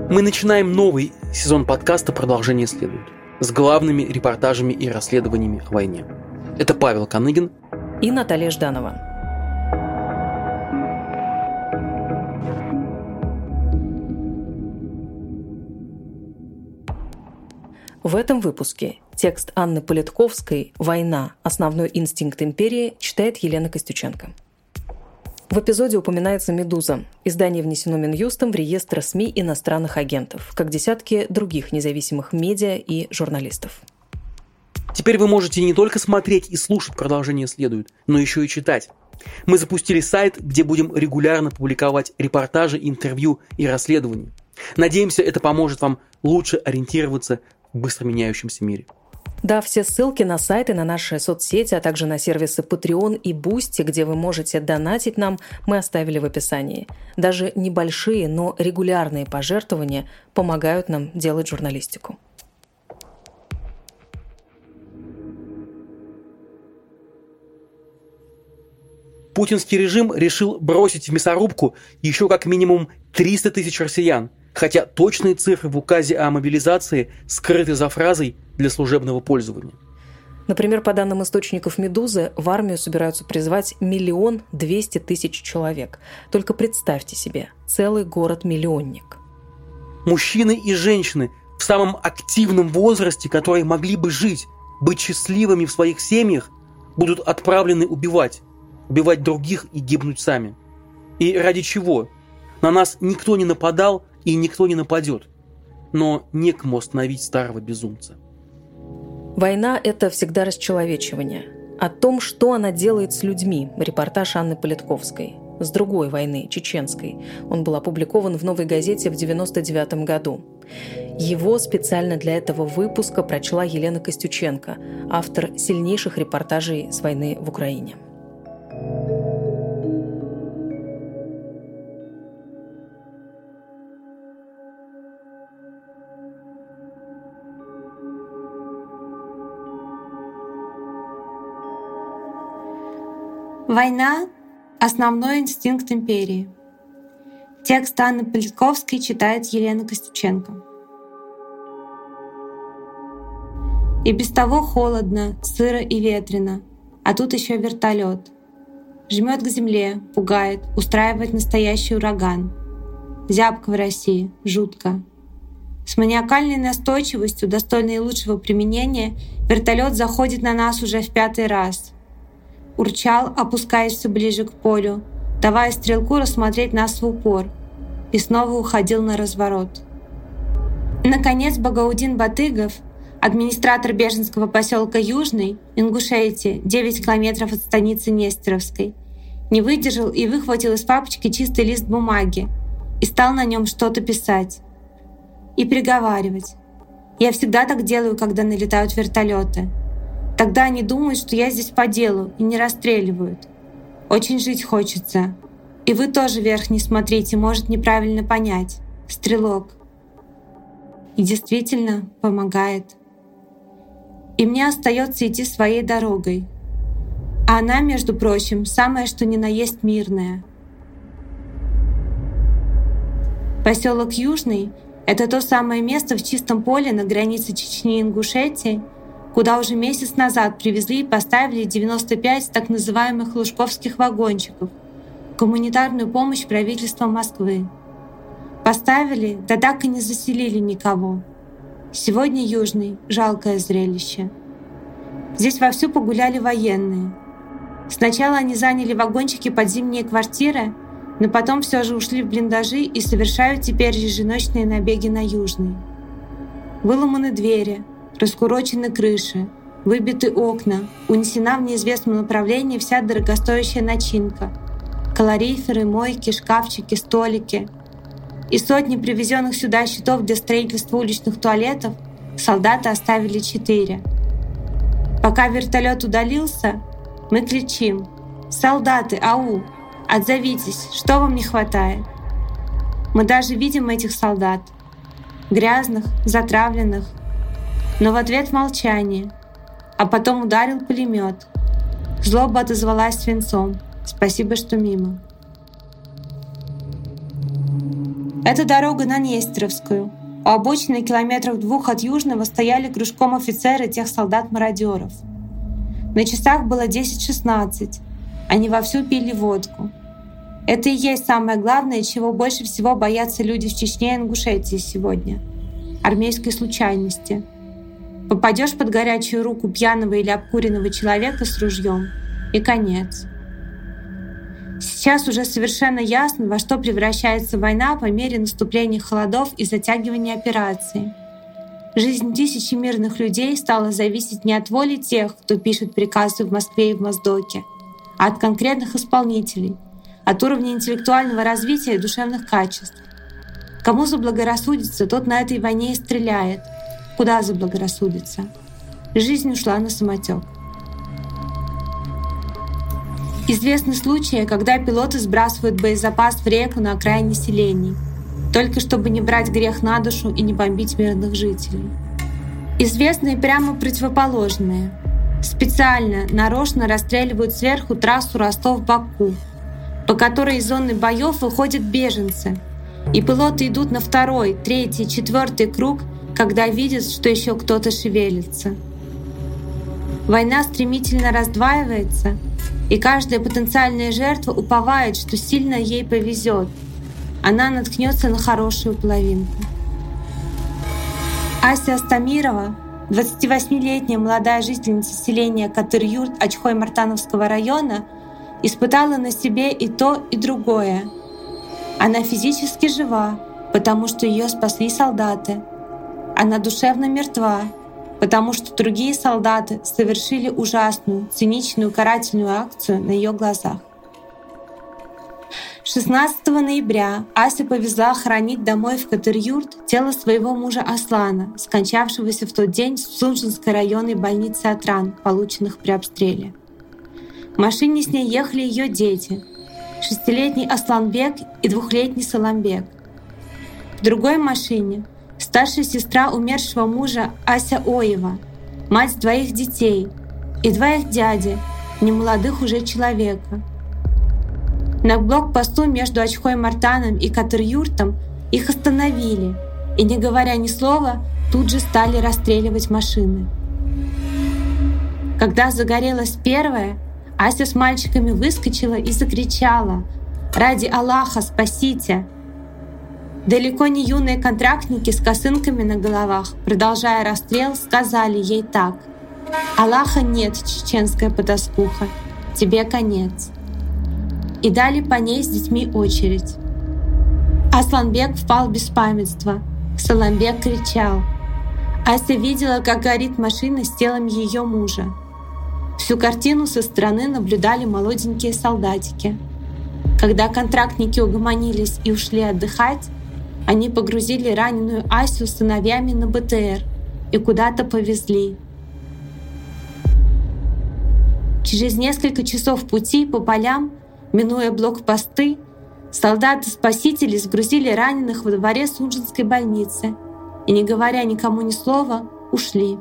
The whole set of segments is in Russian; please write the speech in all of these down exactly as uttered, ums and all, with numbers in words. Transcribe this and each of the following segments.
Мы начинаем новый сезон подкаста «Продолжение следует» с главными репортажами и расследованиями о войне. Это Павел Коныгин и Наталья Жданова. В этом выпуске текст Анны Политковской «Война. Основной инстинкт империи» читает Елена Костюченко. В эпизоде упоминается «Медуза». Издание внесено Минюстом в реестр СМИ иностранных агентов, как десятки других независимых медиа и журналистов. Теперь вы можете не только смотреть и слушать «Продолжение следует», но еще и читать. Мы запустили сайт, где будем регулярно публиковать репортажи, интервью и расследования. Надеемся, это поможет вам лучше ориентироваться в быстро меняющемся мире. Да, все ссылки на сайты, на наши соцсети, а также на сервисы Patreon и Boosty, где вы можете донатить нам, мы оставили в описании. Даже небольшие, но регулярные пожертвования помогают нам делать журналистику. Путинский режим решил бросить в мясорубку еще как минимум триста тысяч россиян, хотя точные цифры в указе о мобилизации скрыты за фразой «для служебного пользования». Например, по данным источников «Медузы», в армию собираются призвать миллион двести тысяч человек. Только представьте себе, целый город-миллионник. Мужчины и женщины в самом активном возрасте, которые могли бы жить, быть счастливыми в своих семьях, будут отправлены убивать, убивать других и гибнуть сами. И ради чего? На нас никто не нападал и никто не нападет. Но некому остановить старого безумца. Война – это всегда расчеловечивание. О том, что она делает с людьми. Репортаж Анны Политковской. С другой войны, чеченской. Он был опубликован в «Новой газете» в девяносто девятом году. Его специально для этого выпуска прочла Елена Костюченко, автор сильнейших репортажей с войны в Украине. Война – основной инстинкт империи. Текст Анны Политковской читает Елена Костюченко. И без того холодно, сыро и ветрено, а тут еще вертолет. Жмет к земле, пугает, устраивает настоящий ураган. Зябко в России, жутко. С маниакальной настойчивостью, достойной лучшего применения, вертолет заходит на нас уже в пятый раз. Урчал, опускаясь все ближе к полю, давая стрелку рассмотреть нас в упор, и снова уходил на разворот. Наконец Багаудин Батыгов, администратор беженского поселка Южный, Ингушетии, девять километров от станицы Нестеровской, не выдержал и выхватил из папочки чистый лист бумаги и стал на нем что-то писать. И приговаривать. Я всегда так делаю, когда налетают вертолеты. Тогда они думают, что я здесь по делу и не расстреливают. Очень жить хочется. И вы тоже вверх не смотрите, может неправильно понять. Стрелок. И действительно помогает. И мне остается идти своей дорогой. А она, между прочим, самое что ни на есть мирная. Поселок Южный — это то самое место в чистом поле на границе Чечни и Ингушетии, куда уже месяц назад привезли и поставили девяносто пять так называемых лужковских вагончиков, гуманитарную помощь правительства Москвы. Поставили, да так и не заселили никого. Сегодня Южный — жалкое зрелище. Здесь вовсю погуляли военные. Сначала они заняли вагончики под зимние квартиры, но потом все же ушли в блиндажи и совершают теперь еженочные набеги на Южный. Выломаны двери, раскурочены крыши, выбиты окна, унесена в неизвестном направлении вся дорогостоящая начинка. Калориферы, мойки, шкафчики, столики. И сотни привезенных сюда щитов для строительства уличных туалетов солдаты оставили четыре. Пока вертолет удалился, мы кричим: «Солдаты, ау! Отзовитесь! Что вам не хватает?» Мы даже видим этих солдат. Грязных, затравленных. Но в ответ молчание. А потом ударил пулемет. Злоба отозвалась свинцом. Спасибо, что мимо. Это дорога на Нестеровскую. У обочины километров двух от Южного стояли кружком офицеры тех солдат-мародеров. На часах было десять шестнадцать. Они вовсю пили водку. Это и есть самое главное, чего больше всего боятся люди в Чечне и Ингушетии сегодня. Армейской случайности. Попадешь под горячую руку пьяного или обкуренного человека с ружьем — и конец. Сейчас уже совершенно ясно, во что превращается война по мере наступления холодов и затягивания операции. Жизнь тысячи мирных людей стала зависеть не от воли тех, кто пишет приказы в Москве и в Моздоке, а от конкретных исполнителей, от уровня интеллектуального развития и душевных качеств. Кому заблагорассудится, тот на этой войне и стреляет. Куда заблагорассудится? Жизнь ушла на самотек. Известны случаи, когда пилоты сбрасывают боезапас в реку на окраине селений, только чтобы не брать грех на душу и не бомбить мирных жителей. Известны и прямо противоположные. Специально, нарочно расстреливают сверху трассу Ростов-Баку, по которой из зоны боев выходят беженцы, и пилоты идут на второй, третий, четвертый круг, когда видят, что еще кто-то шевелится. Война стремительно раздваивается, и каждая потенциальная жертва уповает, что сильно ей повезет. Она наткнется на хорошую половинку. Ася Астамирова, двадцативосьмилетняя молодая жительница селения Катыр-Юрт Очхой-Мартановского района, испытала на себе и то, и другое. Она физически жива, потому что ее спасли солдаты. Она душевно мертва, потому что другие солдаты совершили ужасную, циничную карательную акцию на ее глазах. шестнадцатого ноября Ася повезла хоронить домой в Катыр-Юрт тело своего мужа Аслана, скончавшегося в тот день в Сунжинской районной больнице от ран, полученных при обстреле. В машине с ней ехали ее дети — шестилетний Асланбек и двухлетний Саламбек. В другой машине — старшая сестра умершего мужа Ася Оева, мать двоих детей, и два их дяди, немолодых уже человека. На блокпосту между Очхой-Мартаном и Катыр-Юртом их остановили, и, не говоря ни слова, тут же стали расстреливать машины. Когда загорелась первая, Ася с мальчиками выскочила и закричала: «Ради Аллаха, спасите!» Далеко не юные контрактники с косынками на головах, продолжая расстрел, сказали ей так: «Аллаха нет, чеченская потаскуха, тебе конец». И дали по ней с детьми очередь. Асланбек впал в беспамятство, Саламбек кричал. Ася видела, как горит машина с телом ее мужа. Всю картину со стороны наблюдали молоденькие солдатики. Когда контрактники угомонились и ушли отдыхать, они погрузили раненую Асю с сыновьями на бэ тэ эр и куда-то повезли. Через несколько часов пути по полям, минуя блокпосты, солдаты-спасители сгрузили раненых во дворе Сунжинской больницы и, не говоря никому ни слова, ушли.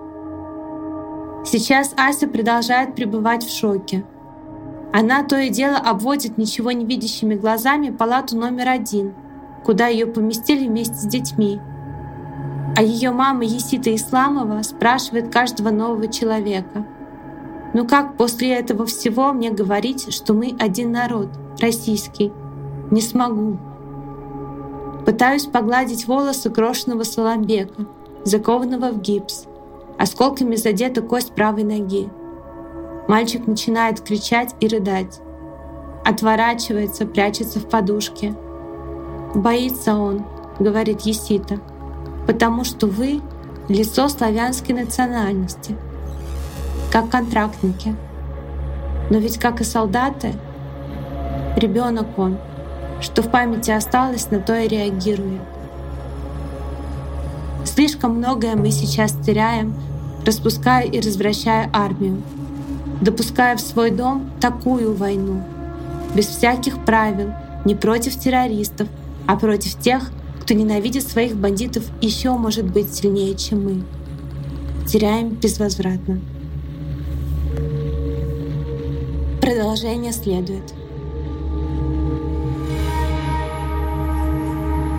Сейчас Ася продолжает пребывать в шоке. Она то и дело обводит ничего не видящими глазами палату номер один, куда ее поместили вместе с детьми. А ее мама Есита Исламова спрашивает каждого нового человека: «Ну как после этого всего мне говорить, что мы один народ, российский? Не смогу». Пытаюсь погладить волосы крошечного Саламбека, закованного в гипс. Осколками задета кость правой ноги. Мальчик начинает кричать и рыдать. Отворачивается, прячется в подушке. «Боится он», — говорит Есита, «потому что вы — лицо славянской национальности, как контрактники. Но ведь, как и солдаты, ребенок он, что в памяти осталось, на то и реагирует. Слишком многое мы сейчас теряем, распуская и развращая армию, допуская в свой дом такую войну, без всяких правил, не против террористов, а против тех, кто ненавидит своих бандитов еще, может быть, сильнее, чем мы. Теряем безвозвратно». Продолжение следует.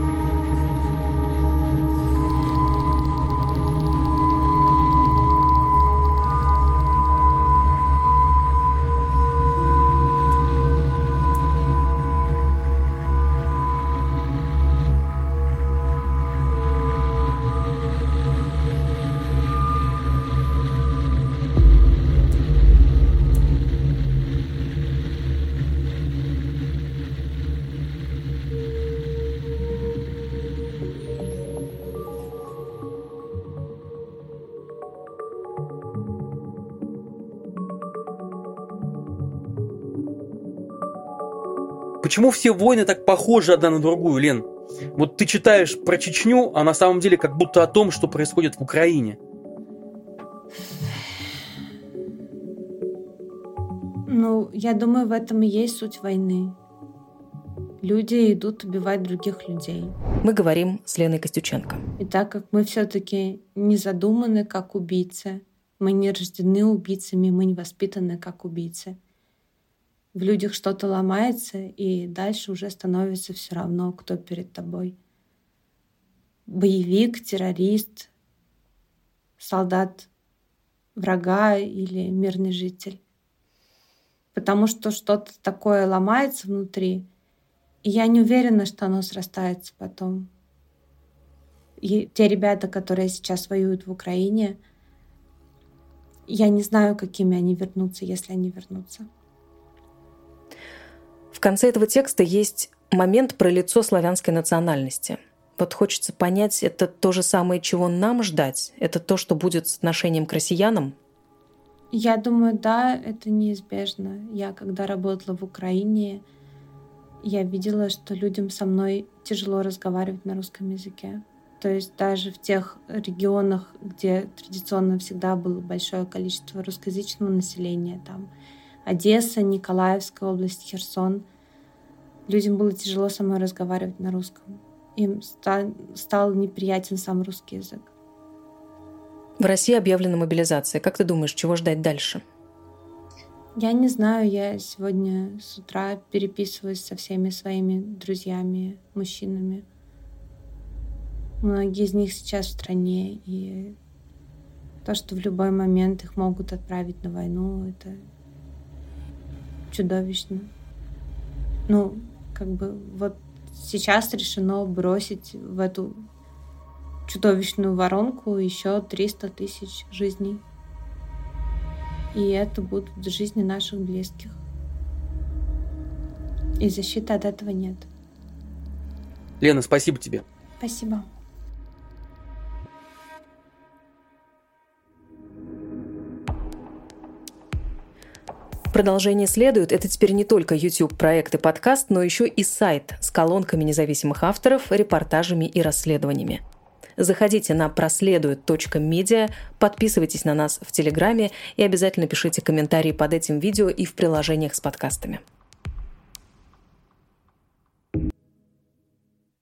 почему все войны так похожи одна на другую, Лен? Вот ты читаешь про Чечню, а на самом деле как будто о том, что происходит в Украине. Ну, я думаю, в этом и есть суть войны. Люди идут убивать других людей. Мы говорим с Леной Костюченко. И так как мы все-таки не задуманы как убийцы, мы не рождены убийцами, мы не воспитаны как убийцы. В людях что-то ломается, и дальше уже становится все равно, кто перед тобой. Боевик, террорист, солдат врага или мирный житель. Потому что что-то такое ломается внутри, и я не уверена, что оно срастается потом. И те ребята, которые сейчас воюют в Украине, я не знаю, какими они вернутся, если они вернутся. В конце этого текста есть момент про лицо славянской национальности. Вот хочется понять, это то же самое, чего нам ждать? Это то, что будет с отношением к россиянам? Я думаю, да, это неизбежно. Я, когда работала в Украине, я видела, что людям со мной тяжело разговаривать на русском языке. То есть даже в тех регионах, где традиционно всегда было большое количество русскоязычного населения, там Одесса, Николаевская область, Херсон, людям было тяжело со мной разговаривать на русском. Им стал, стал неприятен сам русский язык. В России объявлена мобилизация. Как ты думаешь, чего ждать дальше? Я не знаю. Я сегодня с утра переписываюсь со всеми своими друзьями, мужчинами. Многие из них сейчас в стране. И то, что в любой момент их могут отправить на войну, это чудовищно. Ну, как бы вот сейчас решено бросить в эту чудовищную воронку еще триста тысяч жизней. И это будут жизни наших близких. И защиты от этого нет. Лена, спасибо тебе. Спасибо. Продолжение следует. Это теперь не только YouTube-проект и подкаст, но еще и сайт с колонками независимых авторов, репортажами и расследованиями. Заходите на проследует точка медиа, подписывайтесь на нас в Телеграме и обязательно пишите комментарии под этим видео и в приложениях с подкастами.